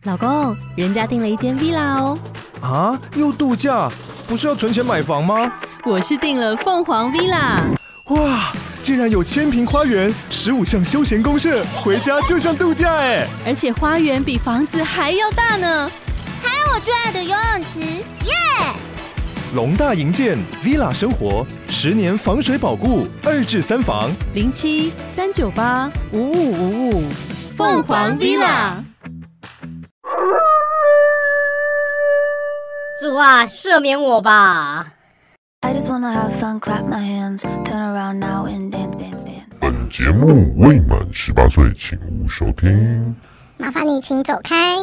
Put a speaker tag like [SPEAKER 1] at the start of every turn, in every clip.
[SPEAKER 1] 老公，人家订了一间 villa 哦。
[SPEAKER 2] 啊，又度假？不是要存钱买房吗？
[SPEAKER 1] 我是订了凤凰 villa。
[SPEAKER 2] 哇，竟然有1000坪花园，15项休闲公社，回家就像度假哎！
[SPEAKER 1] 而且花园比房子还要大呢。
[SPEAKER 3] 还有我最爱的游泳池，耶！
[SPEAKER 2] 龙大营建 villa 生活，10年防水保固，2至3房
[SPEAKER 1] 07-398-5555，凤凰 villa。
[SPEAKER 4] 主啊，赦免我吧！
[SPEAKER 5] I just wanna have fun, clap my hands, turn around now and dance, dance, dance.
[SPEAKER 6] 本节目未满18岁，请勿收听。
[SPEAKER 3] 麻烦你请走开。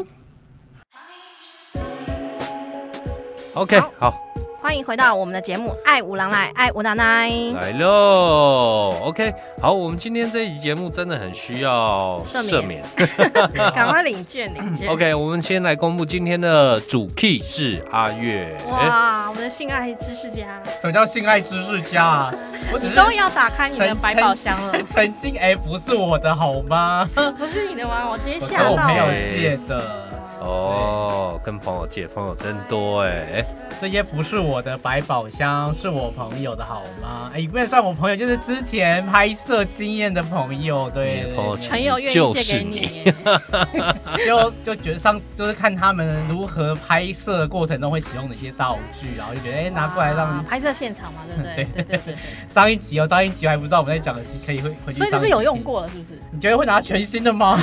[SPEAKER 7] OK， 好，
[SPEAKER 8] 欢迎回到我们的节目《爱无郎来爱无奶奶》
[SPEAKER 7] 来喽。OK， 好，我们今天这一集节目真的很需要赦免，
[SPEAKER 8] 赶快领券领券。
[SPEAKER 7] OK， 我们先来公布今天的主 key 是阿月。
[SPEAKER 8] 哇，我们的性爱知识家。
[SPEAKER 9] 什么叫性爱知识家啊？我只是
[SPEAKER 8] 终于要打开你的百宝箱了。
[SPEAKER 9] 曾经不是我的好吗？
[SPEAKER 8] 不是你的吗？我今天吓到
[SPEAKER 9] 我朋友借的。
[SPEAKER 7] 哦，跟朋友借，朋友真多哎。
[SPEAKER 9] 这些不是我的百宝箱，是我朋友的好吗？不能算我朋友，就是之前拍摄经验的朋友，对，
[SPEAKER 8] 朋友愿意借给你，
[SPEAKER 9] 就觉得就是看他们如何拍摄的过程中会使用哪些道具，然后就觉得拿过来让
[SPEAKER 8] 拍摄现场嘛，对不对？对。
[SPEAKER 9] 上一集还不知道我们在讲的是可以回去，
[SPEAKER 8] 所以这是有用过了，是不是？
[SPEAKER 9] 你觉得会拿全新的吗？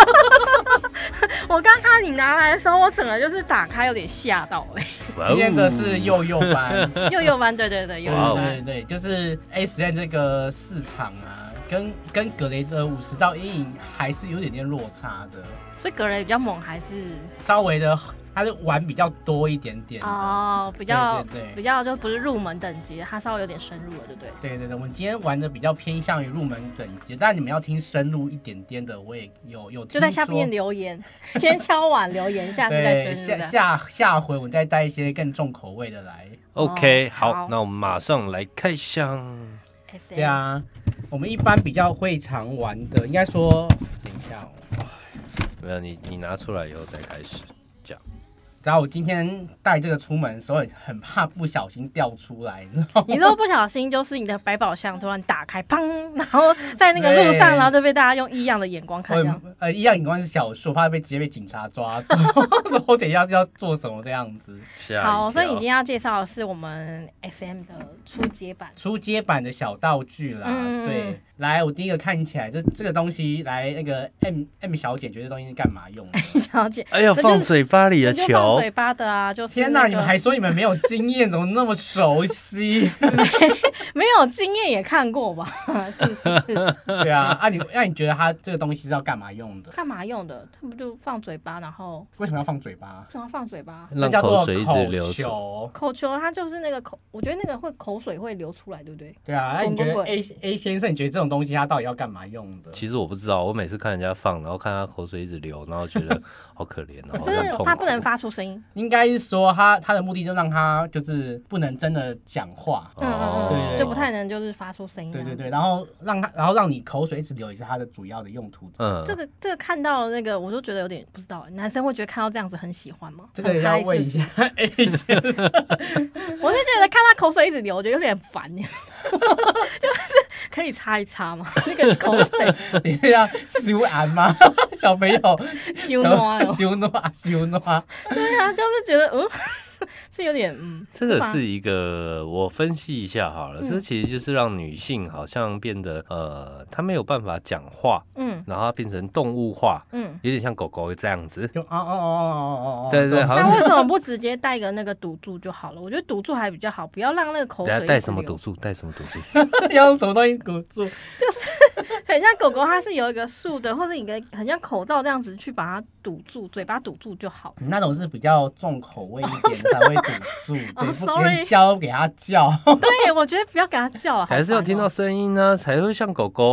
[SPEAKER 8] 我刚看你拿来的时候，我整个就是打开有点吓到
[SPEAKER 9] 今天的是幼班，
[SPEAKER 8] 幼班，对，幼班，
[SPEAKER 9] 对，就是 S.M 这个市场啊，跟格雷的50道阴影还是有点落差的。
[SPEAKER 8] 所以格雷比较猛，还是
[SPEAKER 9] 稍微的，他是玩比较多一点点
[SPEAKER 8] 哦，比较就不是入门等级，他稍微有点深入了，对不对？
[SPEAKER 9] 对，我们今天玩的比较偏向于入门等级，但你们要听深入一点点的，我也有听说，
[SPEAKER 8] 就在下面留言，先敲碗留言，下次再深入的。
[SPEAKER 9] 下回我们再带一些更重口味的来。
[SPEAKER 7] OK， 好，那我们马上来开箱。
[SPEAKER 9] 对啊，我们一般比较会常玩的，应该说，等一下哦。
[SPEAKER 7] 没有，你拿出来以后再开始讲。
[SPEAKER 9] 然后我今天带这个出门的时候，很怕不小心掉出来，你知道吗？
[SPEAKER 8] 你说不小心就是你的百宝箱突然打开，砰，然后在那个路上，然后就被大家用异样的眼光看。
[SPEAKER 9] 异样眼光是小数，怕直接被警察抓住。说我等一下要做什么这样子。
[SPEAKER 8] 好，所以你今天要介绍的是我们 SM 的初阶版
[SPEAKER 9] 的小道具啦。对，来，我第一个看起来这个东西，来那个 M 小姐觉得这东西是干嘛用的？
[SPEAKER 8] 小姐，
[SPEAKER 7] 哎呀，放嘴巴里的球。
[SPEAKER 8] 嘴巴的啊，就是
[SPEAKER 9] 天哪！你们还说你们没有经验，怎么那么熟悉？
[SPEAKER 8] 没有经验也看过吧？是。
[SPEAKER 9] 对啊，你觉得它这个东西是要干嘛用的？
[SPEAKER 8] 干嘛用的？它不就放嘴巴，然后
[SPEAKER 9] 为什么要放嘴巴？
[SPEAKER 8] 为什么要放嘴巴？
[SPEAKER 7] 让口水一直流出。
[SPEAKER 8] 口球，它就是那个我觉得那个口水会流出来，对不对？
[SPEAKER 9] 对啊，那你觉得 A 先生，你觉得这种东西它到底要干嘛用的？
[SPEAKER 7] 其实我不知道，我每次看人家放，然后看他口水一直流，然后觉得好可怜哦，
[SPEAKER 8] 就是他不能发出声音。
[SPEAKER 9] 应该是说他的目的就让他就是不能真的讲话，
[SPEAKER 8] 对，就不太能就是发出声音。
[SPEAKER 9] 对，然后让你口水一直流也是他的主要的用途。
[SPEAKER 8] 这个看到了那个，我就觉得有点不知道，男生会觉得看到这样子很喜欢吗？
[SPEAKER 9] 这个也要问一下 A 先生。
[SPEAKER 8] 我是觉得看他口水一直流，我觉得有点烦，就是可以擦一擦吗？那个口水，
[SPEAKER 9] 你是要修安吗？小朋友
[SPEAKER 8] 修暖。对啊，就是觉得是有点
[SPEAKER 7] 这个是一个我分析一下好了，这其实就是让女性好像变得她没有办法讲话，然后她变成动物化，有点像狗狗这样子，
[SPEAKER 9] 就
[SPEAKER 7] 对，
[SPEAKER 8] 那为什么不直接带个那个堵住就好了？我觉得堵住还比较好，不要让那个口水
[SPEAKER 7] 带什么堵住？
[SPEAKER 9] 要用什么东西堵住？
[SPEAKER 8] 就是很像狗狗，它是有一个竖的，或者一个很像口罩这样子去把它堵住，嘴巴堵住就好。
[SPEAKER 9] 那种是比较重口味一点才会堵住，对，不连教给它叫。
[SPEAKER 8] 对，我觉得不要给它叫，
[SPEAKER 7] 还是要听到声音呢，才会像狗狗啊。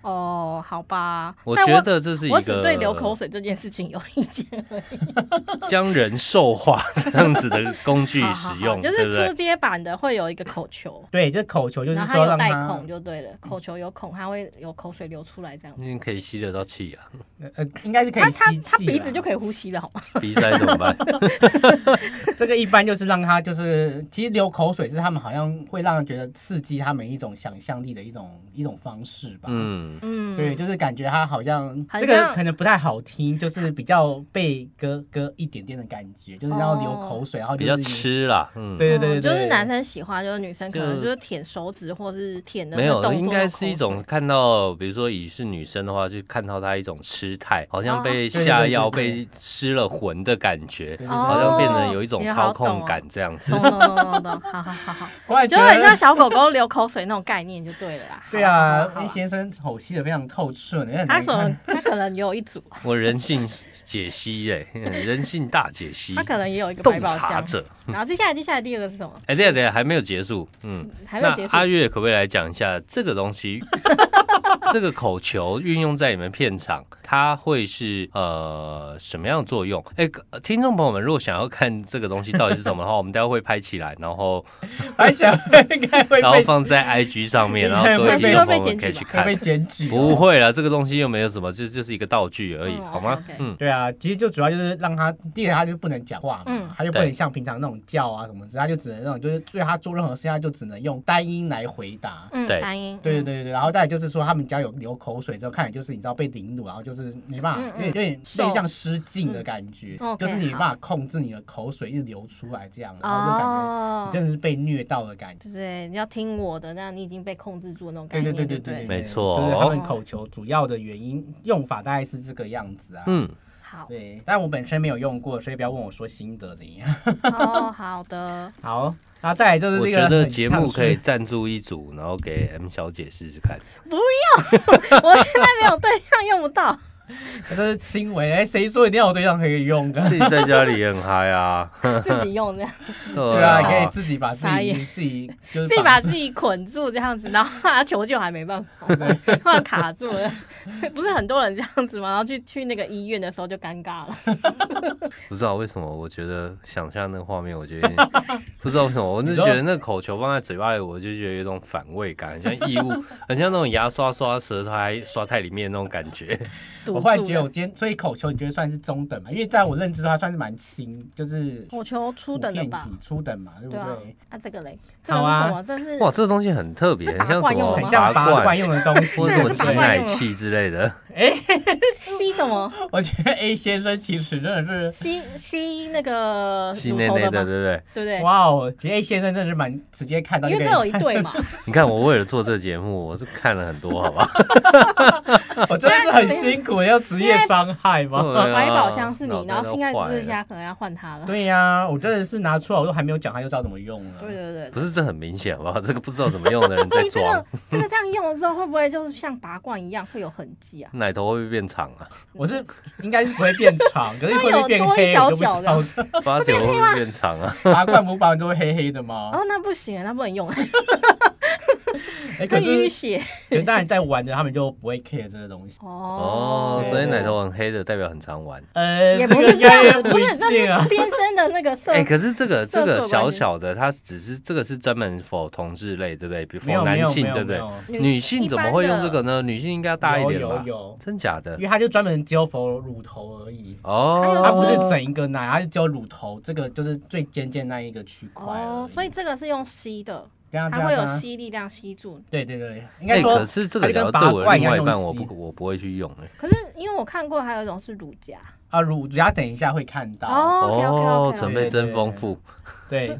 [SPEAKER 8] 哦，好吧，
[SPEAKER 7] 我觉得这是一个，
[SPEAKER 8] 我只对流口水这件事情有意见而已。
[SPEAKER 7] 将人兽化这样子的工具使用，
[SPEAKER 8] 就是初阶版的会有一个口球，
[SPEAKER 9] 对，就是口球，就是
[SPEAKER 8] 说
[SPEAKER 9] 让
[SPEAKER 8] 它有带孔就对了，口球有孔，它会有口水流出来这样。
[SPEAKER 7] 你可以吸得到气啊，
[SPEAKER 9] 应该是可以吸气，
[SPEAKER 8] 它鼻子就可以呼吸了，好吗？
[SPEAKER 7] 鼻塞怎么办？
[SPEAKER 9] 这个一般就是让它就是其实流口水是他们好像会让人觉得刺激他们一种想象力的一种方式吧。对，就是感觉他好像这个可能不太好听，就是比较被割一点点的感觉，就是要流口水，然后、就是、
[SPEAKER 7] 比较吃啦。
[SPEAKER 9] 对，
[SPEAKER 8] 就是男生喜欢，就是女生可能就是舔手指或是舔的。
[SPEAKER 7] 没有，应该是一种看到，比如说以是女生的话，就看到她一种吃态，好像被下药、被失了魂的感觉，好像变成有一种操控感这样子。
[SPEAKER 8] 懂，好，就很像小狗狗流口水那种概念就对了啦。
[SPEAKER 9] 对啊，A 先生剖析的非常透彻呢。
[SPEAKER 8] 他可能也有一组。
[SPEAKER 7] 我人性解析人性大解析。
[SPEAKER 8] 他可能也有一个百宝箱。然后接下来第二个是什么？
[SPEAKER 7] 对，还没有结束。
[SPEAKER 8] 还没有结束。
[SPEAKER 7] 那阿月可不可以来讲一下这个东西？这个口球运用在你们片场，它会是什么样的作用？听众朋友们，如果想要看这个东西到底是什么的话，我们待会会拍起来，然后然后放在 IG 上面，然后各位听众朋友们可以去看。
[SPEAKER 9] 会被检举？
[SPEAKER 7] 不会啦，这个东西又没有什么，就是一个道具而已，好吗？
[SPEAKER 9] 对啊，其实就主要就是让他第一个他就不能讲话嘛，他就不能像平常那种叫啊什么之类，他就只能那种就是对他做任何事，他就只能用单音来回答。
[SPEAKER 8] 单音。
[SPEAKER 9] 对，然后再来就是说他们只要有流口水之后，看起来就是你知道被凌辱，然后就是没办法，有点类像失禁的感觉，就是你没办法控制你的口水一直流出来这样，然后就感觉你真的是被虐到的感觉。
[SPEAKER 8] 对，你要听我的，那样你已经被控制住那种感觉。
[SPEAKER 9] 对，
[SPEAKER 7] 没错，
[SPEAKER 9] 就是他们口球主要的原因用法大概是这个样子啊。
[SPEAKER 8] 好，
[SPEAKER 9] 对，但我本身没有用过，所以不要问我说心得怎样。
[SPEAKER 8] 好的。
[SPEAKER 9] 好，然后再来就是这个，
[SPEAKER 7] 我觉得节目可以赞助一组，然后给 M 小姐试试看。
[SPEAKER 8] 不要，我现在没有对象，用不到。
[SPEAKER 9] 这是轻微，谁说一定要有对象可以用的？
[SPEAKER 7] 自己在家里也很嗨啊，
[SPEAKER 8] 自己用这样。
[SPEAKER 9] 对啊，可以自己把自己就是
[SPEAKER 8] 自己把自己捆住这样子，然后他求救还没办法，突然卡住了。不是很多人这样子吗？然后去那个医院的时候就尴尬了。
[SPEAKER 7] 不知道为什么，我觉得想象那个画面，我觉得不知道为什么，我就觉得那个口球放在嘴巴里，我就觉得有一种反胃感，很像异物，很像那种牙刷舌头还刷太里面那种感觉。
[SPEAKER 9] 我忽然觉得我今天，所以口球你觉得算是中等嘛？因为在我认知中，它算是蛮轻，就是
[SPEAKER 8] 口球初等的吧？
[SPEAKER 9] 初等嘛，对不对？
[SPEAKER 8] 这个嘞，好啊，这是
[SPEAKER 7] 哇，这个东西很特别，很像什么？
[SPEAKER 9] 很像拔罐用的东西，
[SPEAKER 7] 或者什么挤奶器之类的。
[SPEAKER 8] 吸什么？
[SPEAKER 9] 我觉得 A 先生其实真的是
[SPEAKER 8] 吸那个
[SPEAKER 7] 吸内内的，对
[SPEAKER 8] 不对？
[SPEAKER 9] 哇哦，其实 A 先生真的是蛮直接看到，
[SPEAKER 8] 因为这有一对嘛。
[SPEAKER 7] 你看我为了做这个节目，我是看了很多，好吧？
[SPEAKER 9] 我真的是很辛苦，要职业伤害吗？
[SPEAKER 8] 百宝箱是你，然后性爱之下可能要换它了。
[SPEAKER 9] 对呀，我真的是拿出来，我都还没有讲，他就知道怎么用了。
[SPEAKER 8] 对，
[SPEAKER 7] 不是这很明显好不好？这个不知道怎么用的人在装。
[SPEAKER 8] 这个这样用的时候，会不会就是像拔罐一样会有痕迹啊？
[SPEAKER 7] 奶头会不会变长啊？
[SPEAKER 9] 我是应该是不会变长，可是会不会变黑？
[SPEAKER 8] 小小的，
[SPEAKER 7] 拔久会不会变长啊？
[SPEAKER 9] 拔罐不拔完都会黑黑的吗？
[SPEAKER 8] 那不行，那不能用。
[SPEAKER 9] 可是
[SPEAKER 8] 淤血。
[SPEAKER 9] 可是当然在玩的他们就不会 care 这个东西。
[SPEAKER 7] 所以奶头很黑的代表很常玩。
[SPEAKER 8] 也不是这样，不是那是天生的那个色。
[SPEAKER 7] 可是这个小小的，它只是这个是专门否同志类，对不对？比否男性，对不对？女性怎么会用这个呢？女性应该大一点吧？
[SPEAKER 9] 有，
[SPEAKER 7] 真假的？
[SPEAKER 9] 因为它就专门只有否乳头而已。它不是整一个奶，它就只有乳头，这个就是最尖尖那一个区块。
[SPEAKER 8] 所以这个是用吸的。它会有吸力量吸住。
[SPEAKER 9] 对，应该说。
[SPEAKER 7] 可是这个假如对我另外一半，我不会去用。
[SPEAKER 8] 可是因为我看过，还有一种是乳夹
[SPEAKER 9] 啊，乳夹等一下会看到。
[SPEAKER 7] 准备真丰富。
[SPEAKER 9] 对。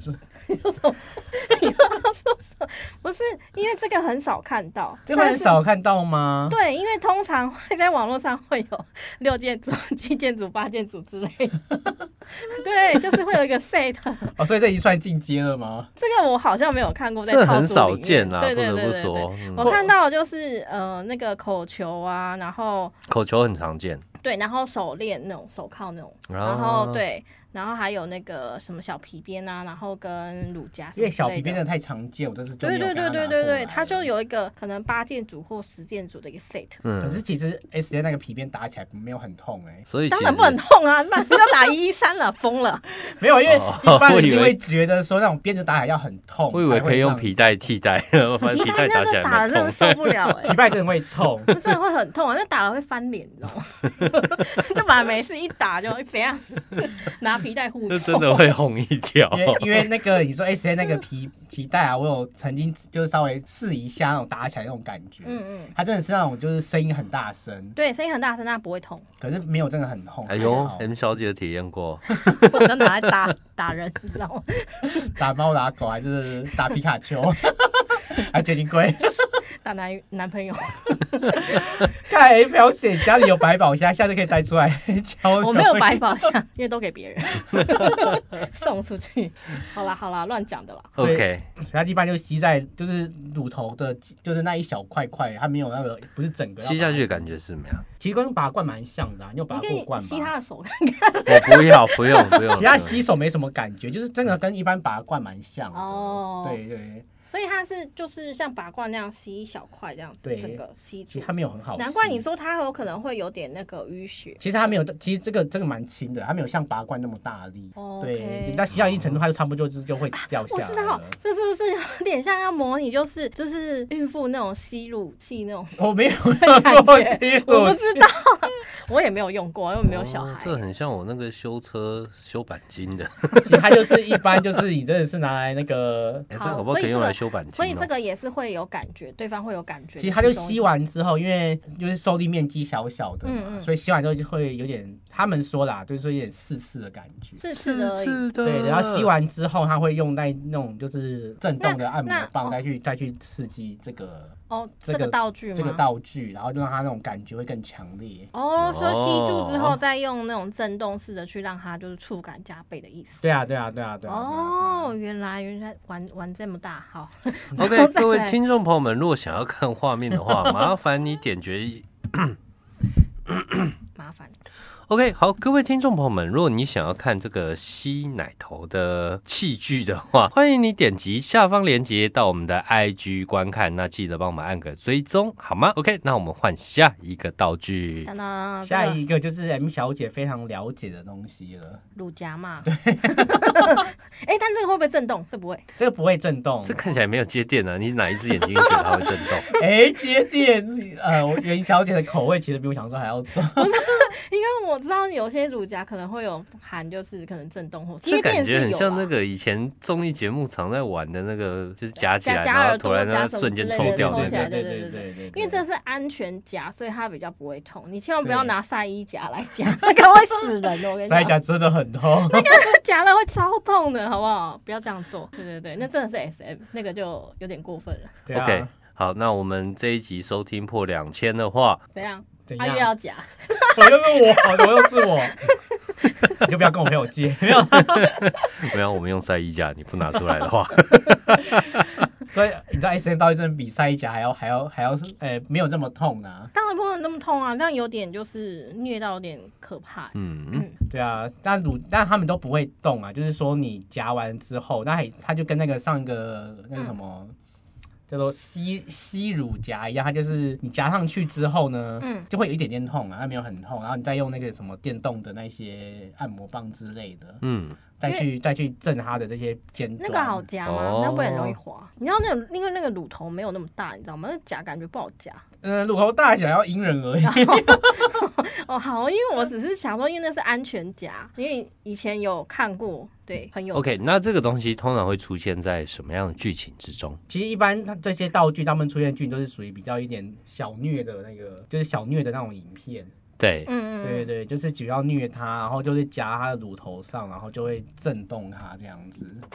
[SPEAKER 8] 不是，因为这个很少看到。
[SPEAKER 9] 这个很少看到吗？
[SPEAKER 8] 对，因为通常会在网络上会有6件组、7件组、8件组之类的。 对，就是会有一个 set。
[SPEAKER 9] 哦，所以这已经算进阶了吗？
[SPEAKER 8] 这个我好像没有看过，在
[SPEAKER 7] 这
[SPEAKER 8] 套组
[SPEAKER 7] 很少
[SPEAKER 8] 里面
[SPEAKER 7] 见啊，
[SPEAKER 8] 对对
[SPEAKER 7] 不得
[SPEAKER 8] 对对对
[SPEAKER 7] 不说。
[SPEAKER 8] 我看到的就是那个口球啊，然后
[SPEAKER 7] 口球很常见，
[SPEAKER 8] 对，然后手链那种手铐那种，
[SPEAKER 7] 啊
[SPEAKER 8] 然后对。然后还有那个什么小皮鞭啊，然后跟乳夹，
[SPEAKER 9] 因为小皮鞭真的太常见，我这是就没有
[SPEAKER 8] 对，它就有一个可能8件组或10件组的一个 set。
[SPEAKER 9] 可是其实 SN 那个皮鞭打起来没有很痛
[SPEAKER 7] 所以
[SPEAKER 8] 当然不很痛啊，那要打113了，疯了。
[SPEAKER 9] 没有，因为一般人一定会觉得说那种鞭子打起来要很痛，
[SPEAKER 7] 我以为可以用皮带替代，反正皮带打起来
[SPEAKER 8] 打了真的受不了
[SPEAKER 9] 皮带真的会痛，
[SPEAKER 8] 真的会很痛啊，那打了会翻脸，你知道吗？就把没事一打就怎样，拿皮带护
[SPEAKER 7] 就真的会红一条。
[SPEAKER 9] 因为那个你说 SN 那个皮带啊，我有曾经就是稍微试一下那种打起来那种感觉，它真的是那种就是声音很大声，
[SPEAKER 8] 对，声音很大声，但不会痛，
[SPEAKER 9] 可是没有真的很痛。
[SPEAKER 7] 哎呦 ，M 小姐体验过，
[SPEAKER 8] 我都拿来打人，你知道吗？
[SPEAKER 9] 打猫打狗还是打皮卡丘，还绝情龟。
[SPEAKER 8] 打男朋友，
[SPEAKER 9] 看 A 表显家里有百宝箱，下次可以带出来教。
[SPEAKER 8] 我没有百宝箱，因为都给别人送出去。好啦，乱讲的啦。
[SPEAKER 7] OK，
[SPEAKER 9] 所以它一般就吸在就是乳头的，就是那一小块块，它没有那个不是整个
[SPEAKER 7] 吸下去的感觉是怎么样？
[SPEAKER 9] 其实跟拔罐蛮像的，你有拔过罐吗？
[SPEAKER 8] 吸他的手看看。
[SPEAKER 7] 我不用。
[SPEAKER 9] 其他吸手没什么感觉，就是真的跟一般拔罐蛮像的。
[SPEAKER 8] 哦，
[SPEAKER 9] 对。
[SPEAKER 8] 所以它是就是像拔罐那样吸一小块这样子，整个吸住。
[SPEAKER 9] 其实它没有很好吸，
[SPEAKER 8] 难怪你说它有可能会有点那个淤血。
[SPEAKER 9] 其实它没有，其实这个蛮轻的，它没有像拔罐那么大力。
[SPEAKER 8] 对，
[SPEAKER 9] 那吸到一定程度，它就差不多就会掉下来了。
[SPEAKER 8] 我知道，这是不是有点像要模拟，就是孕妇那种吸乳器那种？
[SPEAKER 9] 我没有用过吸乳器，
[SPEAKER 8] 我不知道，我也没有用过，因为没有小孩。
[SPEAKER 7] 这很像我那个修车修钣金的。
[SPEAKER 9] 其实它就是一般就是你真的是拿来那个，
[SPEAKER 7] 这可不可以用来修钣金？
[SPEAKER 8] 所以这个也是会有感觉，对方会有感觉。
[SPEAKER 9] 其实它就吸完之后，因为就是受力面积小小的嘛，所以吸完之后就会有点，他们说啦，就是说有点刺的感觉，
[SPEAKER 8] 刺的而已。
[SPEAKER 9] 对，然后吸完之后，他会用那种就是震动的按摩棒再去刺激这个。
[SPEAKER 8] 这个道具吗？
[SPEAKER 9] 这个道具，然后就让它那种感觉会更强烈。
[SPEAKER 8] 说吸住之后，再用那种震动式的去让它就是触感加倍的意思。
[SPEAKER 9] 对啊。
[SPEAKER 8] 原来玩这么大，好。
[SPEAKER 7] OK， 各位听众朋友们，如果想要看画面的话，麻烦你点击。
[SPEAKER 8] 麻烦。
[SPEAKER 7] OK， 好，各位听众朋友们，如果你想要看这个吸奶头的器具的话，欢迎你点击下方链接到我们的 IG 观看，那记得帮我们按个追踪，好吗 ？OK， 那我们换下一个道具，
[SPEAKER 9] 下一个就是 M 小姐非常了解的东西了，
[SPEAKER 8] 乳夹嘛。对。但这个会不会震动？这不会，
[SPEAKER 9] 这个不会震动，
[SPEAKER 7] 这看起来没有接电啊！你哪一只眼睛觉得它会震
[SPEAKER 9] 动？接电，袁小姐的口味其实比我想说还要重。
[SPEAKER 8] 因为我知道有些乳夹可能会有含，就是可能震动或接电，
[SPEAKER 7] 这感觉很像那个以前综艺节目常在玩的那个，就是夹起来，然后突然那瞬间抽掉。
[SPEAKER 9] 对。
[SPEAKER 8] 因为这是安全夹，所以它比较不会痛。你千万不要拿晒衣夹来夹，那个会死人的。我跟你讲，
[SPEAKER 9] 晒衣夹真的很痛，
[SPEAKER 8] 那个夹了会超痛的，好不好？不要这样做。对，那真的是 SM， 那个就有点过分了。
[SPEAKER 7] OK， 好，那我们这一集收听破2000的话，
[SPEAKER 8] 怎样？他又要夹，
[SPEAKER 9] 我又是我，你就不要跟我朋友借，
[SPEAKER 7] 没有，我们用晒衣夹，你不拿出来的话，
[SPEAKER 9] 所以你知道 SM 道具真的比晒衣夹还要没有这么痛啊，
[SPEAKER 8] 当然不能那么痛啊，这样有点就是虐到有点可怕。
[SPEAKER 9] 对啊，但他们都不会动啊，就是说你夹完之后，那它就跟那个上一个那个什么。叫做吸乳夹一样，它就是你夹上去之后呢，就会有一点点痛啊，它没有很痛，然后你再用那个什么电动的那些按摩棒之类的，再去震它的这些尖端。
[SPEAKER 8] 那个好夹吗？那不会很容易滑？你知道因为那个乳头没有那么大，你知道吗？那夹感觉不好夹。
[SPEAKER 9] 乳头大小要因人而异。
[SPEAKER 8] 好，因为我只是想说，因为那是安全夹，因为以前有看过，对，很有。
[SPEAKER 7] OK， 那这个东西通常会出现在什么样的剧情之中？
[SPEAKER 9] 其实一般这些道具，他们出现的剧情都是属于比较一点小虐的那个，就是小虐的那种影片。
[SPEAKER 7] 对，
[SPEAKER 9] 对，就是只要虐他，然后就是夹他的乳头上，然后就会震动他这样子。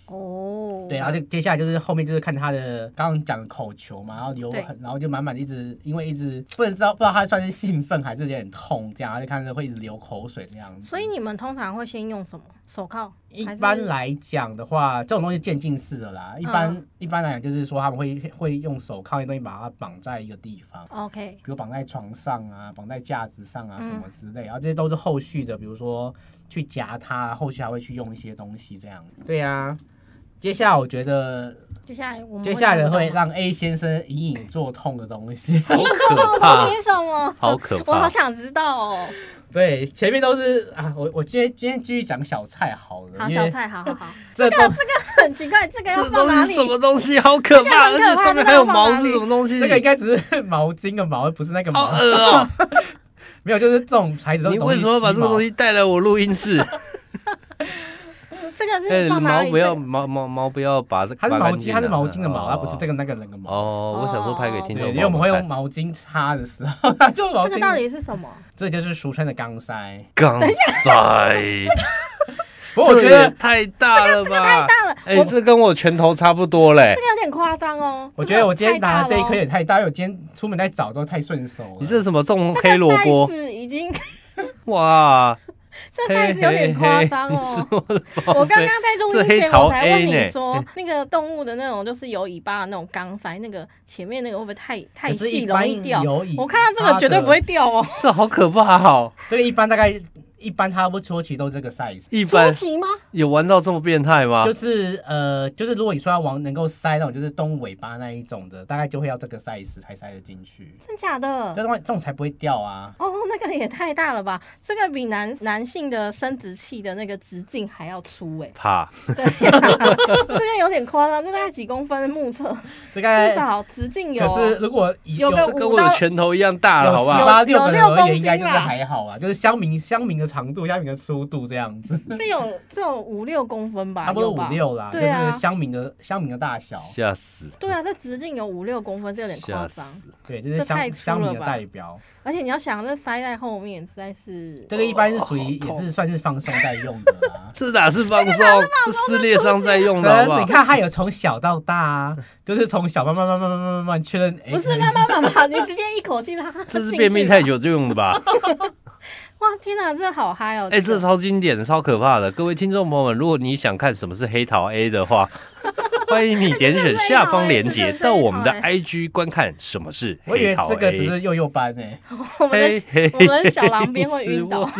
[SPEAKER 8] 哦，
[SPEAKER 9] 对，然后就接下来就是后面就是看他的刚刚讲的口球嘛，然后然后就满满的因为一直不知道他算是兴奋还是有点痛这样，然后就看着会一直流口水这样子。
[SPEAKER 8] 所以你们通常会先用什么？手铐？
[SPEAKER 9] 一般来讲的话，这种东西渐进式的啦。一般来讲就是说他们会用手铐那东西把它绑在一个地方
[SPEAKER 8] ，OK，
[SPEAKER 9] 比如绑在床上啊，绑在架子上啊什么之类，然后这些都是后续的，比如说去夹它，后续还会去用一些东西这样。对啊，接下来我觉得接下来会让 A 先生隐隐作痛的东西，
[SPEAKER 7] 好可怕！
[SPEAKER 8] 为什么？
[SPEAKER 7] 好可怕！
[SPEAKER 8] 我好想知道哦。
[SPEAKER 9] 对，前面都是啊，我今天继续讲小菜好了。
[SPEAKER 8] 好，小菜，好。
[SPEAKER 9] 这
[SPEAKER 8] 个很奇怪，这个要放哪里？
[SPEAKER 7] 什么东西？好可怕！而且上面还有毛是什么东西？
[SPEAKER 9] 这个应该只是毛巾的毛，不是那个毛。
[SPEAKER 7] 好恶哦！
[SPEAKER 9] 没有，就是这种材质。
[SPEAKER 7] 你为什么把这个东西带来我录音室？
[SPEAKER 8] 这个是放哪里？
[SPEAKER 7] 毛不要把这
[SPEAKER 9] 它是毛巾，它是毛巾的毛，它不是这个那个人的毛。
[SPEAKER 7] 哦，我想说拍给听众，
[SPEAKER 9] 因为我们会用毛巾擦的时候，就毛巾。
[SPEAKER 8] 这个到底是什么？
[SPEAKER 9] 这就是俗称的钢塞。
[SPEAKER 7] 钢塞。
[SPEAKER 9] 不过我觉得
[SPEAKER 7] 太大了吧？
[SPEAKER 8] 这个太大了。
[SPEAKER 7] 哎，这跟我拳头差不多嘞。
[SPEAKER 8] 这个有点夸张哦。
[SPEAKER 9] 我觉得我今天拿的这一颗也太大，因为我今天出门在找都太顺手了。
[SPEAKER 7] 你这是什么种黑萝卜？
[SPEAKER 8] 已经
[SPEAKER 7] 哇。
[SPEAKER 8] 这菜是有点夸张哦！我刚刚在录音前我才问你说，那个动物的那种就是有尾巴的那种钢塞，那个前面那个会不会太细容易掉？我看到这个绝对不会掉哦！
[SPEAKER 7] 这好可怕哦！
[SPEAKER 9] 这个一般差不多期都这个 size。
[SPEAKER 7] 一般
[SPEAKER 8] 初期吗？
[SPEAKER 7] 有玩到这么变态吗？
[SPEAKER 9] 就是如果你说要往能够塞那种就是动物尾巴那一种的，大概就会要这个 size 才塞得进去。
[SPEAKER 8] 真假的？
[SPEAKER 9] 这种才不会掉啊！
[SPEAKER 8] 哦，那个也太大了吧！这个比男性的生殖器的那个直径还要粗哎。
[SPEAKER 7] 怕。
[SPEAKER 8] 对呀，这个有点夸张，这大概几公分？目测至少直径有。
[SPEAKER 9] 可是如果
[SPEAKER 8] 有个
[SPEAKER 7] 跟我的拳头一样大了，好不好？
[SPEAKER 9] 有6公斤，应该就是还好啊，就是香茗的长度、香茗的粗度这样子。
[SPEAKER 8] 这种5-6公分吧，
[SPEAKER 9] 差不多5-6啦，就是香茗的大小。
[SPEAKER 7] 吓死！
[SPEAKER 8] 对啊，这直径有5-6公分，这有点夸张。
[SPEAKER 9] 对，这是香茗的代表。
[SPEAKER 8] 而且你要想，这塞在后面实在是……
[SPEAKER 9] 这个一般是属于也是算是放松在用的啦。
[SPEAKER 7] 这哪是放松？是撕裂伤在用的，好不好？
[SPEAKER 9] 你看它有从小到大啊，就是从小慢慢确认。
[SPEAKER 8] 不是慢慢，你直接一口气让它。
[SPEAKER 7] 这是便秘太久就用的吧？
[SPEAKER 8] 哇，天哪，这好嗨哦！
[SPEAKER 7] 哎，这超经典的，超可怕的。各位听众朋友们，如果你想看什么是黑桃 A 的话，欢迎你点选下方链接到我们的 IG 观看什么是黑桃 A。
[SPEAKER 9] 我以为这个只是幼班哎，
[SPEAKER 8] 我们的小狼边会晕倒。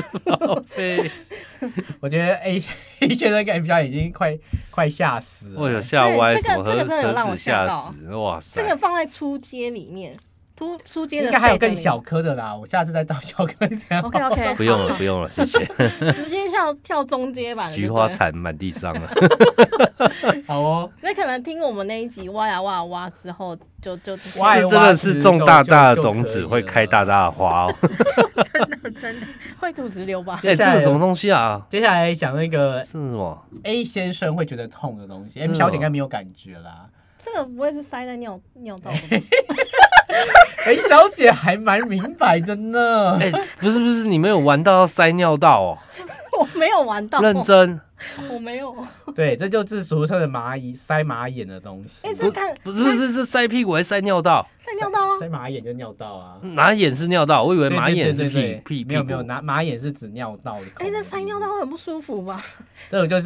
[SPEAKER 9] 我觉得 A 现在跟 MPR 已经快吓死了。
[SPEAKER 7] 我有吓歪，什么
[SPEAKER 8] 这个真的让我吓
[SPEAKER 7] 死！哇塞，
[SPEAKER 8] 这个放在初阶里面。初阶的
[SPEAKER 9] 应该还有更小颗的啦，我下次再到小颗这样。
[SPEAKER 8] OK，
[SPEAKER 7] 不用了，谢谢。
[SPEAKER 8] 直接跳中阶版，
[SPEAKER 7] 菊花残满地伤了。
[SPEAKER 9] 好哦，
[SPEAKER 8] 那可能听我们那一集挖呀挖之后，就
[SPEAKER 7] 这真的是种大的种子，会开大的花哦。
[SPEAKER 8] 真的会土石流吧？
[SPEAKER 7] 这是什么东西啊？
[SPEAKER 9] 接下来讲那个
[SPEAKER 7] 是什么
[SPEAKER 9] ？A 先生会觉得痛的东西，M 小姐应该没有感觉啦。
[SPEAKER 8] 这个不会是塞在尿道的吗？
[SPEAKER 9] A 小姐还蛮明白的呢。
[SPEAKER 7] 哎，不是，你没有玩到要塞尿道哦？
[SPEAKER 8] 我没有玩到，
[SPEAKER 7] 认真。
[SPEAKER 8] 我没有。
[SPEAKER 9] 对，这就是俗称的塞马眼的东西。
[SPEAKER 8] 哎，这看
[SPEAKER 7] 不是塞屁股还是塞尿道？
[SPEAKER 8] 塞尿道啊？
[SPEAKER 9] 塞马眼就尿道啊？
[SPEAKER 7] 马眼是尿道，我以为马眼是屁股。
[SPEAKER 9] 没有，马眼是指尿道的。
[SPEAKER 8] 哎，这塞尿道会很不舒服吧？
[SPEAKER 9] 这种就是，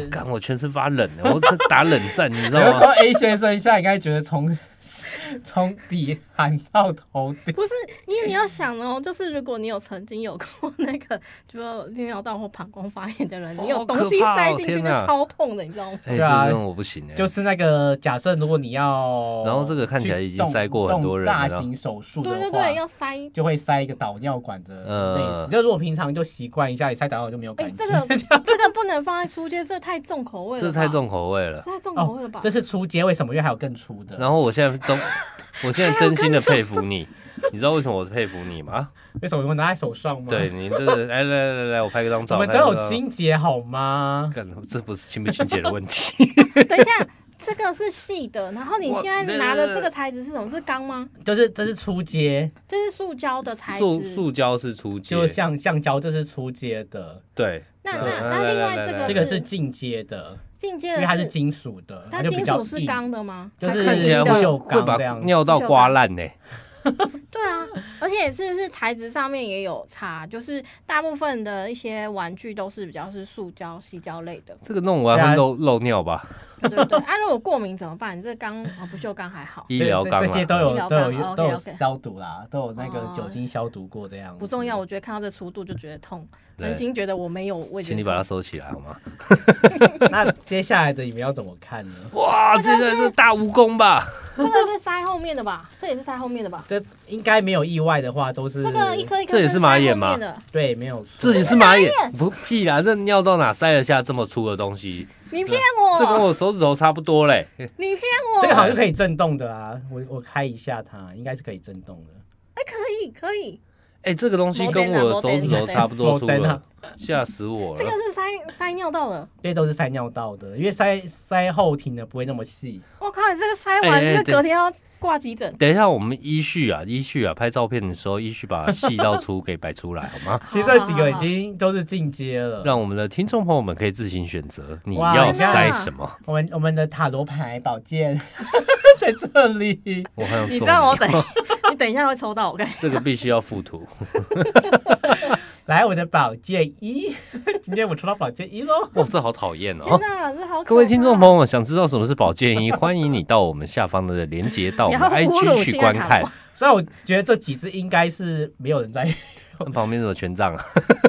[SPEAKER 7] 看我全身发冷，我打冷战，你知道吗？
[SPEAKER 9] 有时候 A 先生现在应该觉得从底喊到头顶。
[SPEAKER 8] 不是，因为你要想哦，就是如果你曾经有过那个就是尿道或膀胱发炎的人，你有东西塞进去，那超痛的，你知道吗？
[SPEAKER 7] 对啊，我不行哎。
[SPEAKER 9] 就是那个假设，如果你要，
[SPEAKER 7] 然后这个看起来已经塞过很多人了，
[SPEAKER 9] 大型手术的话，
[SPEAKER 8] 对，要塞，
[SPEAKER 9] 就会塞一个导尿管的类似。就如果平常就习惯一下，你塞导尿就没有感觉。
[SPEAKER 8] 这个不能放在初阶，这太重口味了。
[SPEAKER 7] 这太重口味了，
[SPEAKER 8] 太重口味了吧？
[SPEAKER 9] 这是初阶，为什么？因为还有更粗的。
[SPEAKER 7] 然后我现在真心的佩服你，你知道为什么我佩服你吗？
[SPEAKER 9] 为什么我拿在手上吗？
[SPEAKER 7] 对，你这个来，我拍个张照。
[SPEAKER 9] 我们都有清洁好吗？
[SPEAKER 7] 这不是清不清洁的问题。
[SPEAKER 8] 等一下， 这个是细的，然后你现在拿的这个材质是什么？是钢吗？
[SPEAKER 9] 就是这是初阶，
[SPEAKER 8] 这是塑胶的材质。
[SPEAKER 7] 塑胶是初阶，
[SPEAKER 9] 就橡胶这是初阶的。
[SPEAKER 7] 对。
[SPEAKER 8] 那另外
[SPEAKER 9] 这个是进阶的。
[SPEAKER 8] 进阶的，
[SPEAKER 9] 因为它是金属的，
[SPEAKER 8] 它金属是钢的吗？
[SPEAKER 9] 就是
[SPEAKER 7] 看起来会把尿道刮烂呢。
[SPEAKER 8] 对啊，而且是材质上面也有差，就是大部分的一些玩具都是比较是塑胶、矽胶类的。
[SPEAKER 7] 这个弄完会漏尿吧？
[SPEAKER 8] 对，如果过敏怎么办？这钢不锈钢还好，
[SPEAKER 7] 医疗钢
[SPEAKER 9] 这些都有消毒啦，都有那个酒精消毒过这样。
[SPEAKER 8] 不重要，我觉得看到这粗度就觉得痛，真心觉得我没有位置。
[SPEAKER 7] 请你把它收起来好吗？
[SPEAKER 9] 那接下来的你们要怎么看呢？
[SPEAKER 7] 哇，这个是大蜈蚣吧？
[SPEAKER 8] 这个是塞后面的吧？这也是塞后面的吧？
[SPEAKER 9] 这应该没有意外的话，都是
[SPEAKER 8] 这个一颗一颗。
[SPEAKER 7] 这也是马眼吗？
[SPEAKER 9] 对，没有错。
[SPEAKER 7] 这也是马眼？不屁啦，这尿道哪塞得下这么粗的东西？
[SPEAKER 8] 你骗我！
[SPEAKER 7] 这跟我手指头差不多嘞。
[SPEAKER 8] 你骗我！
[SPEAKER 9] 这个好像可以震动的啊，我开一下它，应该是可以震动的。
[SPEAKER 8] 可以。
[SPEAKER 7] 这个东西跟我的手指头差不多粗了，吓死我了。
[SPEAKER 8] 这个是塞尿道的，
[SPEAKER 9] 对，都是塞尿道的，因为塞后庭的不会那么细。
[SPEAKER 8] 我靠，你这个塞完，这个隔天要挂急诊。
[SPEAKER 7] 等一下，我们依序啊，拍照片的时候依序把细到粗给摆出来，好吗？
[SPEAKER 9] 其实这几个已经都是进阶了，
[SPEAKER 7] 让我们的听众朋友们可以自行选择你要塞什么。
[SPEAKER 9] 我们的塔罗牌宝剑在这里，
[SPEAKER 7] 我还有
[SPEAKER 8] 你让我你等一下会抽到我看。
[SPEAKER 7] 这个必须要附图。
[SPEAKER 9] 来，我的宝剑1，今天我抽到宝剑1咯。
[SPEAKER 7] 哇，这好讨厌哦！
[SPEAKER 8] 天哪，这好可怕。
[SPEAKER 7] 各位听众朋友们，想知道什么是宝剑1，欢迎你到我们下方的连结到我们 IG 去观看。
[SPEAKER 9] 所以我觉得这几只应该是没有人在用。
[SPEAKER 7] 旁边怎么权杖啊？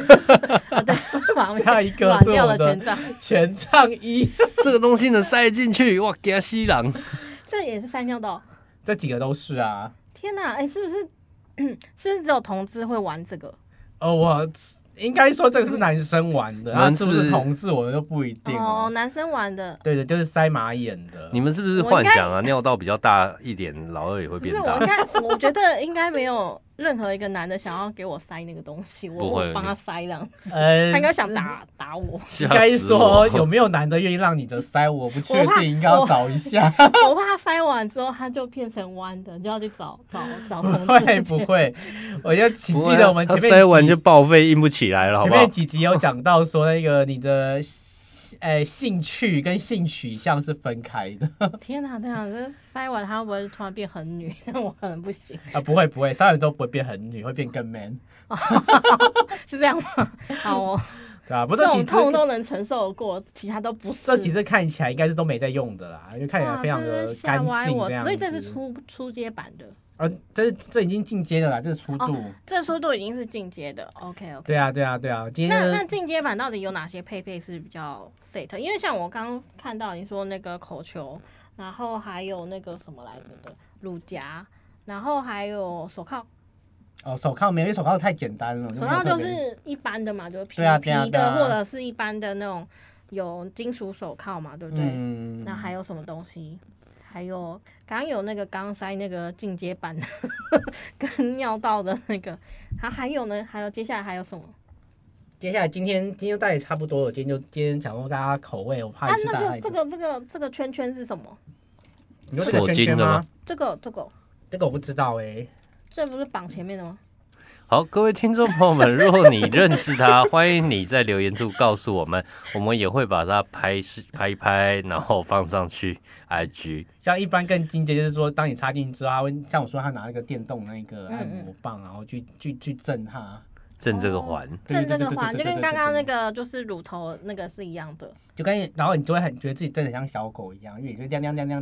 [SPEAKER 9] 下一个是我的权杖1，
[SPEAKER 7] 这个东西能塞进去，哇，给他吸狼。
[SPEAKER 8] 这也是塞尿道。
[SPEAKER 9] 这几个都是啊！
[SPEAKER 8] 天哪，是不是只有同志会玩这个？
[SPEAKER 9] 我应该说这个是男生玩的，是不是同志我就不一定
[SPEAKER 8] 哦。男生玩的，
[SPEAKER 9] 对的，就是塞马眼的。
[SPEAKER 7] 你们是不是幻想啊？尿道比较大一点，老二也会变大？
[SPEAKER 8] 我觉得应该没有任何一个男的想要给我塞那个东西，我帮他塞了。他应该想打我。
[SPEAKER 9] 应该说有没有男的愿意让你的塞？我不确定，应该要找一下。
[SPEAKER 8] 我怕塞完之后他就变成弯的，就要去找同志。
[SPEAKER 9] 不会，我要请记得我们前面
[SPEAKER 7] 塞完就报废，硬不起来了，好不好？
[SPEAKER 9] 前面几集有讲到说那个你的兴趣跟性取向是分开的。
[SPEAKER 8] 天哪，这塞完他会不会突然变很女？我可能不行
[SPEAKER 9] 啊，不会，塞完都不会变很女，会变更 man。
[SPEAKER 8] 是这样吗？好哦。
[SPEAKER 9] 对啊，不是这几只
[SPEAKER 8] 痛都能承受过，其他都不是。
[SPEAKER 9] 这几只看起来应该是都没在用的啦，因为看起来非常的干净这样子。
[SPEAKER 8] 所以这是初阶版的。
[SPEAKER 9] 这已经进阶的啦，这是粗度。
[SPEAKER 8] 这粗度已经是进阶的。OK。
[SPEAKER 9] 对啊。
[SPEAKER 8] 那进阶版到底有哪些配是比较 set？ 因为像我刚刚看到你说那个口球，然后还有那个什么来着的乳夹，然后还有手铐。
[SPEAKER 9] 手铐没有，因为手铐太简单了。
[SPEAKER 8] 手铐就是一般的嘛，就是皮的或者是一般的那种有金属手铐嘛，对不对？那还有什么东西？还有刚刚有那个刚塞那个进阶版的跟尿道的那个，还有呢？还有接下来还有什么？
[SPEAKER 9] 接下来今天大概差不多了，今天讲过大家口味，我怕是大家。
[SPEAKER 8] 这个圈圈是什么？
[SPEAKER 9] 你说这个圈圈吗？
[SPEAKER 8] 这个
[SPEAKER 9] 我不知道
[SPEAKER 8] 这不是绑前面的吗？
[SPEAKER 7] 好，各位听众朋友们，如果你认识他，欢迎你在留言处告诉我们，我们也会把它拍一拍，然后放上去 IG。
[SPEAKER 9] 像一般更进阶就是说，当你插进去之后，他会像我说，他拿那个电动那个按摩棒，然后去震它。
[SPEAKER 7] 震这个环，
[SPEAKER 8] 震这个环，就跟刚刚那个就是乳头那个是一样的，
[SPEAKER 9] 然后你就会觉得自己真的像小狗一样，因为你就亮。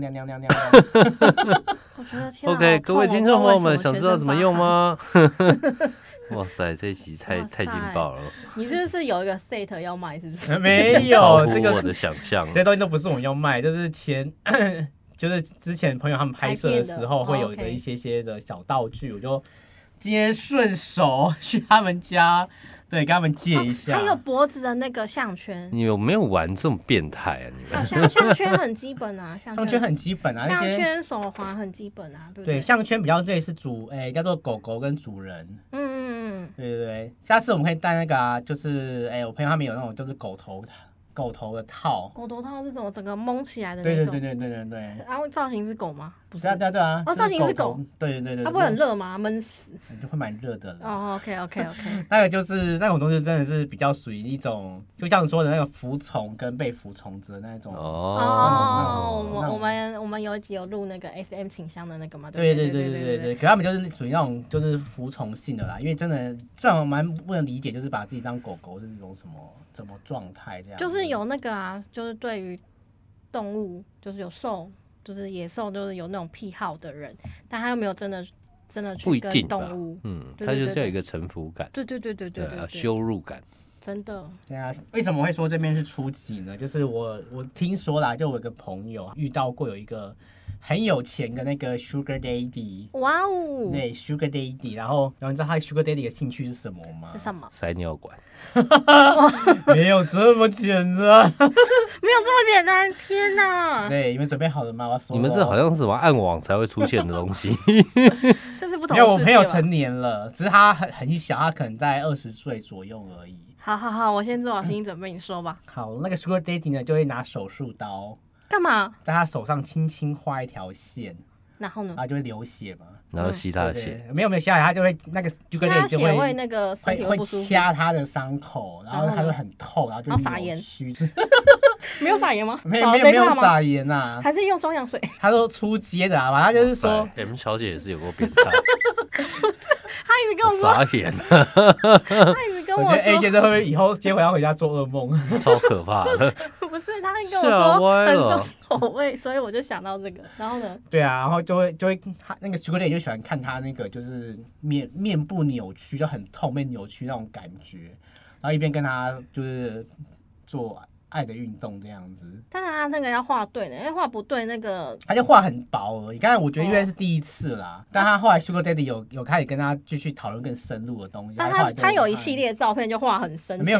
[SPEAKER 8] 我觉得
[SPEAKER 7] OK， 各位听众朋友们，想知道怎么用吗？哇塞，这一集太劲爆了！
[SPEAKER 8] 你这是有一个 set 要卖是不是？
[SPEAKER 9] 没有，这个
[SPEAKER 7] 我的想象，
[SPEAKER 9] 这些东西都不是我们要卖，就是就是之前朋友他们拍摄的时候会有的一些的小道具，我就。今天顺手去他们家，对，跟他们借一下。
[SPEAKER 8] 还有脖子的那个项圈，
[SPEAKER 7] 你有没有玩这么变态啊？你
[SPEAKER 8] 们项圈很基本啊，
[SPEAKER 9] 项圈很基本啊，
[SPEAKER 8] 项圈手环很基本啊，对不对？
[SPEAKER 9] 对，项圈比较类似叫做狗狗跟主人。对。下次我们可以带那个就是我朋友他们有那种就是狗头狗头的套。
[SPEAKER 8] 狗头套是什么？整个蒙起来的
[SPEAKER 9] 那
[SPEAKER 8] 种。
[SPEAKER 9] 对。
[SPEAKER 8] 然后造型是狗吗？不是。
[SPEAKER 9] 对啊。
[SPEAKER 8] 造型是狗。
[SPEAKER 9] 对。
[SPEAKER 8] 它不会很热吗？闷死。
[SPEAKER 9] 就会蛮热的了。
[SPEAKER 8] 哦 ，OK。
[SPEAKER 9] 那个就是那种东西，真的是比较属于一种，就像说的那个服从跟被服从者那种。
[SPEAKER 8] 我们有一集有录那个 SM 倾向的那个嘛？
[SPEAKER 9] 对。可他们就是属于那种就是服从性的啦，因为真的虽然我蛮不能理解，就是把自己当狗狗是这种什么状态这样。
[SPEAKER 8] 就是有那个啊，就是对于动物，就是有兽，就是野兽，就是有那种癖好的人，但他又没有真的去跟动物，
[SPEAKER 7] 他就是要有一个臣服感，
[SPEAKER 8] 对，
[SPEAKER 7] 羞辱感。
[SPEAKER 8] 真的。
[SPEAKER 9] 对啊，为什么会说这边是初级呢？就是我听说啦，就我有个朋友遇到过有一个很有钱的那个 Sugar Daddy。
[SPEAKER 8] 哇哦！
[SPEAKER 9] 对 Sugar Daddy， 然后你知道他 Sugar Daddy 的兴趣是什么吗？
[SPEAKER 8] 是什么？
[SPEAKER 7] 塞尿管。
[SPEAKER 9] 没有这么简单，
[SPEAKER 8] 没有这么简单！天哪！
[SPEAKER 9] 对，你们准备好了吗？我说，
[SPEAKER 7] 你们这好像是什么暗网才会出现的东西。
[SPEAKER 8] 这是不同的世界吧。
[SPEAKER 9] 因为我朋友成年了，只是他很小，他可能在20岁左右而已。
[SPEAKER 8] 好，我先做好心理准备，你说吧。
[SPEAKER 9] 好，那个 Sugar Daddy 呢，就会拿手术刀
[SPEAKER 8] 干嘛？
[SPEAKER 9] 在他手上轻轻画一条线，
[SPEAKER 8] 然后呢？
[SPEAKER 9] 他就会流血嘛。
[SPEAKER 7] 然后吸他的血，
[SPEAKER 9] 没有吸他，他就会那个 Sugar Daddy 就
[SPEAKER 8] 会那个
[SPEAKER 9] 会掐他的伤口，然后他就很痛，然后就
[SPEAKER 8] 撒盐。没有撒盐吗？
[SPEAKER 9] 没有撒盐呐，
[SPEAKER 8] 还是用双氧水？
[SPEAKER 9] 他说出街的啊，他就是说
[SPEAKER 7] ，M 小姐也是有过变态。
[SPEAKER 8] 他一直跟我说
[SPEAKER 7] 撒盐，
[SPEAKER 8] 他一直跟我说，
[SPEAKER 9] 我觉得 A 先生会不会以后接回家做噩梦？
[SPEAKER 7] 超可怕的。
[SPEAKER 8] 不是，他跟我说很重口味，所以我就想到这个。然后呢？
[SPEAKER 9] 对啊，然后就会他那个 Sugar Daddy 就喜欢看他那个就是面部扭曲，就很痛，被扭曲那种感觉，然后一边跟他就是做爱的运动这样子。
[SPEAKER 8] 但是他那个要画对的，因为画不对那个
[SPEAKER 9] 他就画很薄而已。刚才我觉得因为是第一次啦，但他后来 Sugar Daddy 有开始跟他继续讨论更深入的东西。
[SPEAKER 8] 但他有一系列照片就画很深。
[SPEAKER 9] 没有，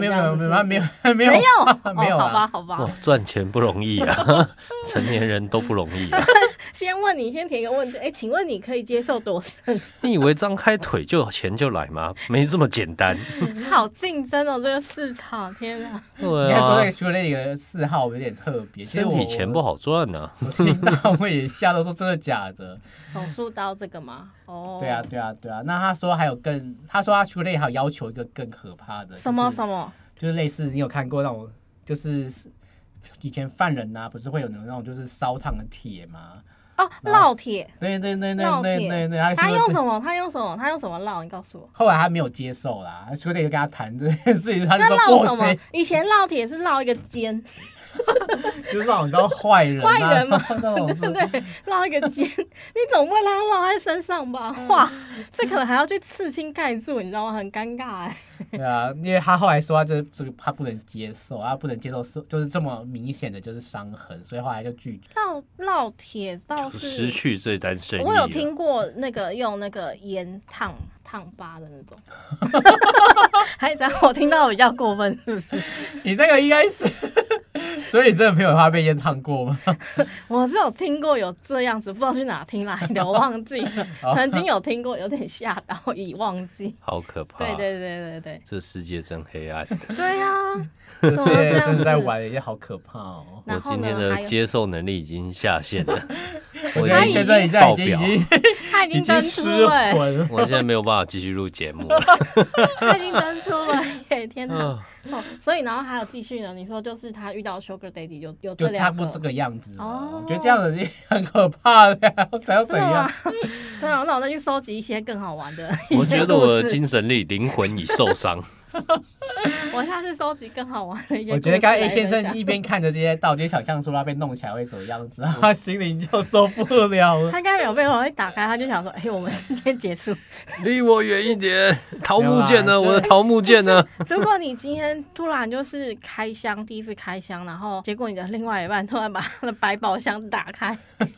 [SPEAKER 8] 好吧。
[SPEAKER 7] 赚钱不容易啊，成年人都不容易啊。
[SPEAKER 8] 先填一个问题，请问你可以接受多深？
[SPEAKER 7] 你以为张开腿就钱就来吗？没这么简单。
[SPEAKER 8] 好竞争哦，这个市场，天啊！
[SPEAKER 9] 对啊。应该说那个 Sugar Daddy 的嗜好有点特别，
[SPEAKER 7] 身体钱不好赚呢。
[SPEAKER 9] 我听到我也吓到说真的假的？
[SPEAKER 8] 手术刀这个吗？哦，
[SPEAKER 9] 对啊。那他说他 Sugar Daddy 还有要求一个更可怕的。
[SPEAKER 8] 什么？
[SPEAKER 9] 就是类似你有看过那种，就是以前犯人啊，不是会有那种就是烧烫的铁吗？
[SPEAKER 8] 哦，烙铁。
[SPEAKER 9] 对。
[SPEAKER 8] 他用什么烙？你告诉我。
[SPEAKER 9] 后来他没有接受啦，Sugar Daddy 就跟他谈这件事情，他就说
[SPEAKER 8] 烙什么？以前烙铁是烙一个尖。
[SPEAKER 9] 就是那种叫坏人
[SPEAKER 8] 嘛，对，烙一个尖，你总不会让他烙在身上吧？哇，这可能还要去刺青盖住，你知道吗？很尴尬哎。
[SPEAKER 9] 对啊，因为他后来说这个他不能接受，他不能接受就是这么明显的就是伤痕，所以后来就拒绝。
[SPEAKER 8] 烙铁倒是
[SPEAKER 7] 失去这单生意。
[SPEAKER 8] 我有听过那个用那个烟烫疤的那种，还让我听到比较过分，是不是？
[SPEAKER 9] 你这个应该是。所以你真的朋友他被烟烫过吗？
[SPEAKER 8] 我是有听过有这样子，不知道去哪听来的，我忘记了。曾经有听过，有点吓到，已忘记。
[SPEAKER 7] 好可怕！
[SPEAKER 8] 对，
[SPEAKER 7] 这世界真黑暗。
[SPEAKER 8] 对呀，
[SPEAKER 9] 这些真的在玩，也好可怕哦。
[SPEAKER 7] 我今天的接受能力已经下线了。
[SPEAKER 9] 我觉得现在
[SPEAKER 8] 他已经登出了，
[SPEAKER 7] 我现在没有办法继续录节目了。
[SPEAKER 8] 他已经登出了耶！天哪！所以然后还有继续呢？你说就是他遇到 Sugar Daddy 就
[SPEAKER 9] 差不多这个样子哦。我觉得这样子很可怕的呀，才要怎样？
[SPEAKER 8] 对啊，那我再去收集一些更好玩的。
[SPEAKER 7] 我觉得我的精神力、灵魂已受伤。
[SPEAKER 8] 我下次收集更好玩的一些。
[SPEAKER 9] 我觉得刚刚 A 先生一边看着这些道具，想象出他被弄起来会什么样子，他心里就受不了了。
[SPEAKER 8] 他应该没有被我一打开，他就想说：“我们今天结束，
[SPEAKER 7] 离我远一点。桃木剑呢？我的桃木剑呢？”
[SPEAKER 8] 如果你今天突然就是第一次开箱，然后结果你的另外一半突然把他的百宝箱打开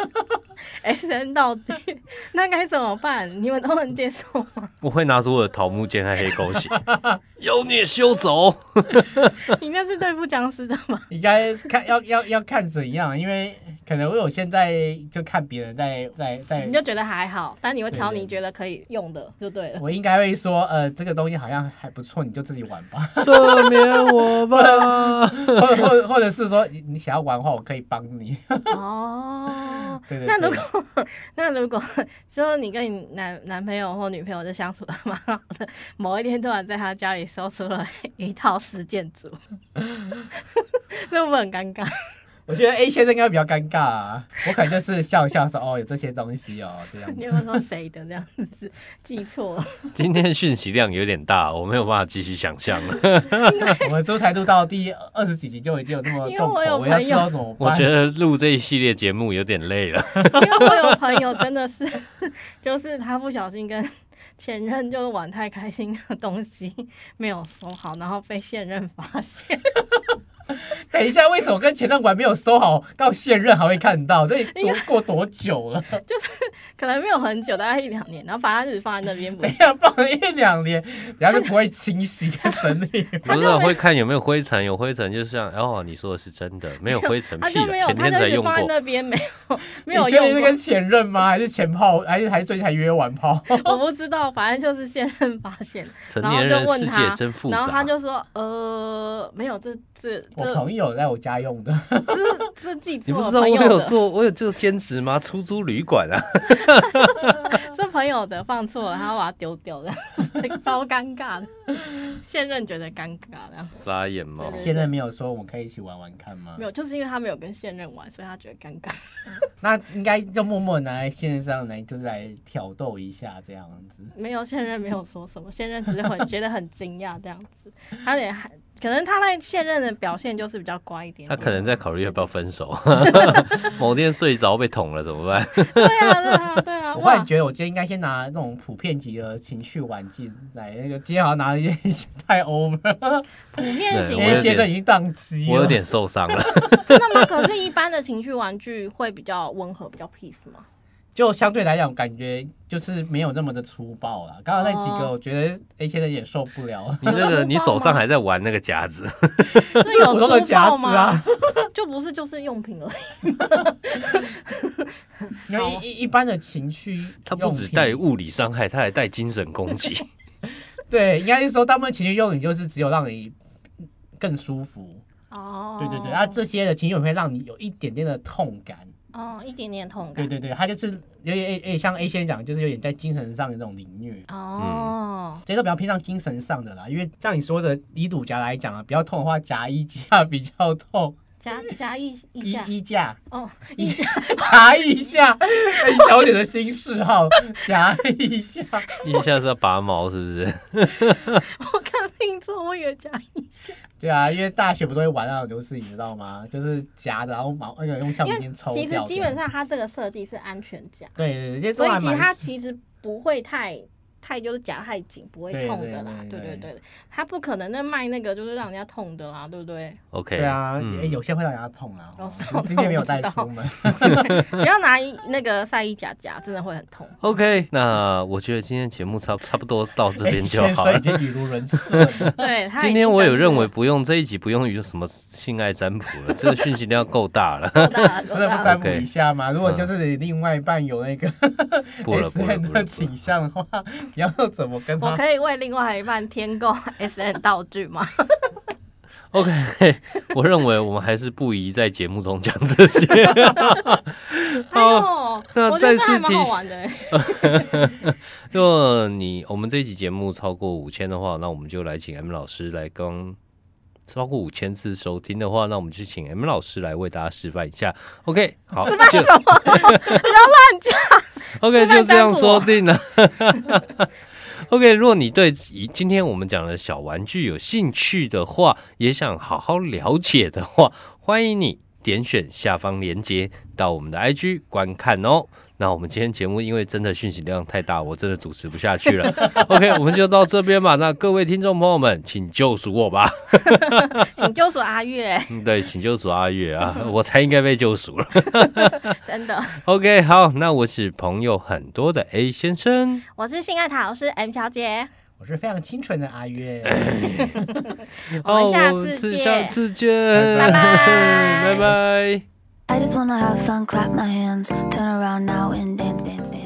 [SPEAKER 8] ，SN 道具，那该怎么办？你们都能接受吗？
[SPEAKER 7] 我会拿出我的桃木剑和黑狗血，妖孽休走！
[SPEAKER 8] 你那是对付僵尸的吗？
[SPEAKER 9] 应该看要看怎样，因为可能我现在就看别人在，
[SPEAKER 8] 你就觉得还好，但你会挑你觉得可以用的就对了。
[SPEAKER 9] 我应该会说，这个东西好像还不错，你就自己玩吧，
[SPEAKER 7] 赦免我吧。
[SPEAKER 9] 或或者是说你想要玩的话，我可以帮你。
[SPEAKER 8] 哦，
[SPEAKER 9] 对对对。
[SPEAKER 8] 那如果就是你跟你男朋友或女朋友就相处的蛮好的，某一天突然在他家里搜出了一套实践组，那会不会很尴尬？
[SPEAKER 9] 我觉得 A 先生应该比较尴尬啊，我可能就是笑笑说哦有这些东西哦这样子。
[SPEAKER 8] 你有说谁的这样子记错了？
[SPEAKER 7] 今天讯息量有点大，我没有办法继续想象了。
[SPEAKER 9] 我们周才录到第20几集就已经有这么重口味，要知道怎么办？
[SPEAKER 7] 我觉得录这一系列节目有点累了。
[SPEAKER 8] 因为我有朋友真的是，就是他不小心跟前任就是玩太开心的东西没有收好，然后被现任发现。
[SPEAKER 9] 等一下，为什么跟前任玩没有收好，到现任还会看到？这过多久了？
[SPEAKER 8] 就是可能没有很久，大概1-2年，然后把它一直放在那边。
[SPEAKER 9] 等一下放了1-2年，等下就不会清洗跟整理。
[SPEAKER 7] 不是会看有没有灰尘，有灰尘就像你说的是真的，没有灰尘屁了，前天才用过。
[SPEAKER 8] 他就放在那边没有用过。
[SPEAKER 9] 你确定是跟前任吗？还是前炮？还是最近才约完炮？
[SPEAKER 8] 我不知道，反正就是现任发现，
[SPEAKER 7] 成年人世界真复杂。
[SPEAKER 8] 然后他就说没有这。
[SPEAKER 9] 我朋友在我家用的，
[SPEAKER 8] 这记错了。
[SPEAKER 7] 你不知道我有做兼职吗？出租旅馆啊，
[SPEAKER 8] 这朋友的放错了，他要把它丢掉的，超尴尬的。现任觉得尴尬的，
[SPEAKER 7] 傻眼吗？
[SPEAKER 9] 现任没有说我们可以一起玩玩看吗？
[SPEAKER 8] 没有，就是因为他没有跟现任玩，所以他觉得尴尬。
[SPEAKER 9] 那应该就默默拿在现任上来，就是来挑逗一下这样子。
[SPEAKER 8] 没有，现任没有说什么，现任只是觉得很惊讶这样子，他也可能他在现任的表现就是比较乖一点，
[SPEAKER 7] 他可能在考虑要不要分手。某天睡着被捅了怎么办？
[SPEAKER 8] 对啊。
[SPEAKER 9] 我忽然觉得我今天应该先拿那种普遍级的情绪玩具来，那个今天好像拿了一些太 over。
[SPEAKER 8] 普遍型，
[SPEAKER 9] 因为先生已经宕机了，
[SPEAKER 7] 我有点受伤了。
[SPEAKER 8] 真的吗？可是一般的情绪玩具会比较温和，比较 peace 吗？
[SPEAKER 9] 就相对来讲，感觉就是没有那么的粗暴啦。刚刚那几个，我觉得 A 先生也受不了。
[SPEAKER 7] 你手上还在玩那个夹子，
[SPEAKER 8] 这有粗暴吗？
[SPEAKER 9] 啊，
[SPEAKER 8] 就不是就是用品而已。
[SPEAKER 9] 因为一般的情绪，
[SPEAKER 7] 它不只带物理伤害，它还带精神攻击。
[SPEAKER 9] 对，应该是说，大部分情绪用品就是只有让你更舒服。
[SPEAKER 8] 哦，
[SPEAKER 9] 对对对，这些的情绪用品会让你有一点点的痛感。
[SPEAKER 8] 一点点痛感。
[SPEAKER 9] 对对对，他就是有点像 A 先讲，就是有点在精神上的那种凌虐。这个比较偏向精神上的啦，因为像你说的以乳夹来讲啊，比较痛的话，夹衣架比较痛。
[SPEAKER 8] 夹衣
[SPEAKER 9] 架
[SPEAKER 8] 衣架
[SPEAKER 9] 夹一下，A 小姐的新嗜好，夹一下。
[SPEAKER 7] 一下是要拔毛是不是？
[SPEAKER 8] 我刚听错，我以为夹一下。
[SPEAKER 9] 对啊，因为大学不都会玩那种游戏，你知道吗？就是夹着，然后毛那个用橡皮筋抽掉。
[SPEAKER 8] 其实基本上它这个设计是安全夹。
[SPEAKER 9] 对对，
[SPEAKER 8] 所以它其实不会太就是夹太紧，不会痛的啦。对对对，他不可能卖那个就是让人家痛的啦，对不对
[SPEAKER 7] ？OK。
[SPEAKER 9] 对啊，有些会让人家痛啊。今天没有带出门，
[SPEAKER 8] 不要拿那个晒衣夹，真的会很痛。
[SPEAKER 7] OK， 那我觉得今天节目差不多到这边就好了。
[SPEAKER 9] 已经语如人师了。
[SPEAKER 8] 对，
[SPEAKER 7] 今天我有认为这一集不用有什么性爱占卜了，这个讯息量够大了。
[SPEAKER 9] 不能不占卜一下吗？如果就是你另外一半有那个 SM 的倾向的话。你要怎么跟他？
[SPEAKER 8] 我可以为另外一半添购 SM 道具吗
[SPEAKER 7] ？OK， 我认为我们还是不宜在节目中讲这些。
[SPEAKER 8] 好，
[SPEAKER 7] 那再次提
[SPEAKER 8] 醒，
[SPEAKER 7] 如果我们这一集节目超过5000的话，那我们就来请 M 老师来超过5000次收听的话，那我们就请 M 老师来为大家示范一下。OK， 好，
[SPEAKER 8] 示范什么？不要乱讲。
[SPEAKER 7] OK， 就这样说定了。OK， 如果你对今天我们讲的小玩具有兴趣的话，也想好好了解的话，欢迎你点选下方连结到我们的 IG 观看哦。那我们今天节目因为真的讯息量太大，我真的主持不下去了。OK， 我们就到这边吧。那各位听众朋友们，请救赎我吧。
[SPEAKER 8] 请救赎阿月。
[SPEAKER 7] 对，请救赎阿月啊，我才应该被救赎了。
[SPEAKER 8] 真的。
[SPEAKER 7] OK， 好，那我是朋友很多的 A 先生，
[SPEAKER 8] 我是性爱塔老师 M 小姐，
[SPEAKER 9] 我是非常清纯的阿月。
[SPEAKER 8] 我们下次
[SPEAKER 7] 见，
[SPEAKER 8] 拜拜，
[SPEAKER 7] 拜拜。
[SPEAKER 5] I just wanna have fun, clap my hands, turn around now and dance, dance, dance.